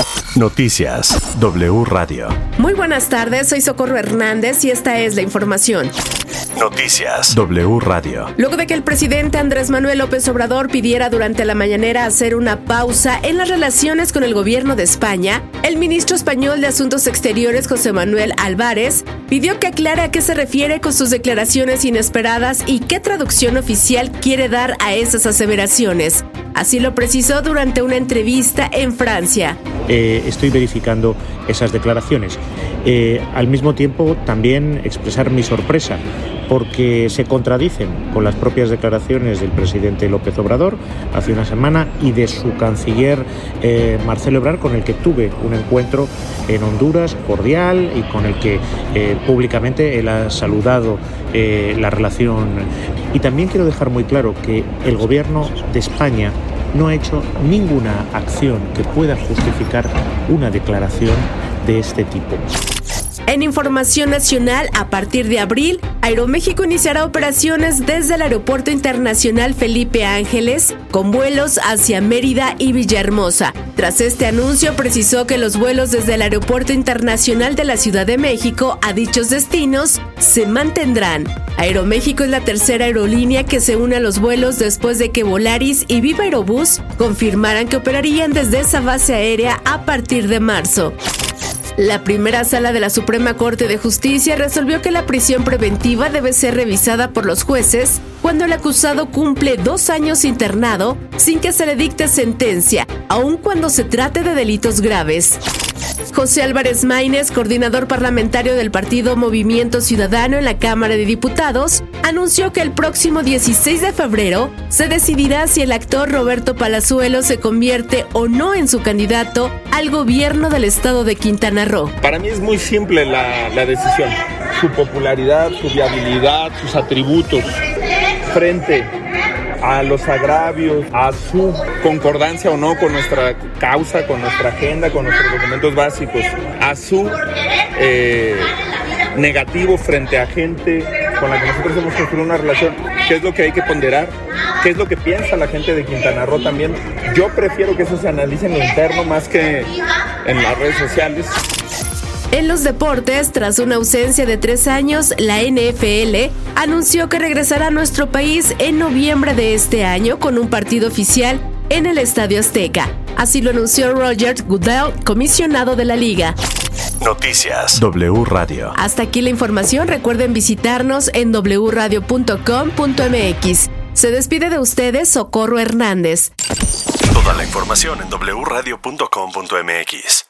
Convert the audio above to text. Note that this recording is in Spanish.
Noticias W Radio. Muy buenas tardes, soy Socorro Hernández y esta es la información. Noticias W Radio. Luego de que el presidente Andrés Manuel López Obrador pidiera durante la mañanera hacer una pausa en las relaciones con el gobierno de España, el ministro español de Asuntos Exteriores, José Manuel Álvarez, pidió que aclare a qué se refiere con sus declaraciones inesperadas y qué traducción oficial quiere dar a esas aseveraciones. Así lo precisó durante una entrevista en Francia. Estoy verificando esas declaraciones. Al mismo tiempo, también expresar mi sorpresa, porque se contradicen con las propias declaraciones del presidente López Obrador hace una semana y de su canciller Marcelo Ebrard, con el que tuve un encuentro en Honduras cordial y con el que públicamente él ha saludado la relación. Y también quiero dejar muy claro que el gobierno de España no ha hecho ninguna acción que pueda justificar una declaración de este tipo. En información nacional, a partir de abril, Aeroméxico iniciará operaciones desde el Aeropuerto Internacional Felipe Ángeles, con vuelos hacia Mérida y Villahermosa. Tras este anuncio, precisó que los vuelos desde el Aeropuerto Internacional de la Ciudad de México a dichos destinos se mantendrán. Aeroméxico es la tercera aerolínea que se une a los vuelos después de que Volaris y Viva Aerobús confirmaran que operarían desde esa base aérea a partir de marzo. La primera sala de la Suprema Corte de Justicia resolvió que la prisión preventiva debe ser revisada por los jueces cuando el acusado cumple 2 años internado sin que se le dicte sentencia, aun cuando se trate de delitos graves. José Álvarez Maínez, coordinador parlamentario del partido Movimiento Ciudadano en la Cámara de Diputados, anunció que el próximo 16 de febrero se decidirá si el actor Roberto Palazuelos se convierte o no en su candidato al gobierno del estado de Quintana Roo. Para mí es muy simple la decisión. Su popularidad, su viabilidad, sus atributos frente a los agravios, a su concordancia o no con nuestra causa, con nuestra agenda, con nuestros documentos básicos, a su negativo frente a gente con la que nosotros hemos construido una relación. ¿Qué es lo que hay que ponderar? ¿Qué es lo que piensa la gente de Quintana Roo también? Yo prefiero que eso se analice en lo interno más que en las redes sociales. En los deportes, tras una ausencia de 3 años, la NFL anunció que regresará a nuestro país en noviembre de este año con un partido oficial en el Estadio Azteca. Así lo anunció Roger Goodell, comisionado de la liga. Noticias W Radio. Hasta aquí la información. Recuerden visitarnos en wradio.com.mx. Se despide de ustedes Socorro Hernández. Toda la información en wradio.com.mx.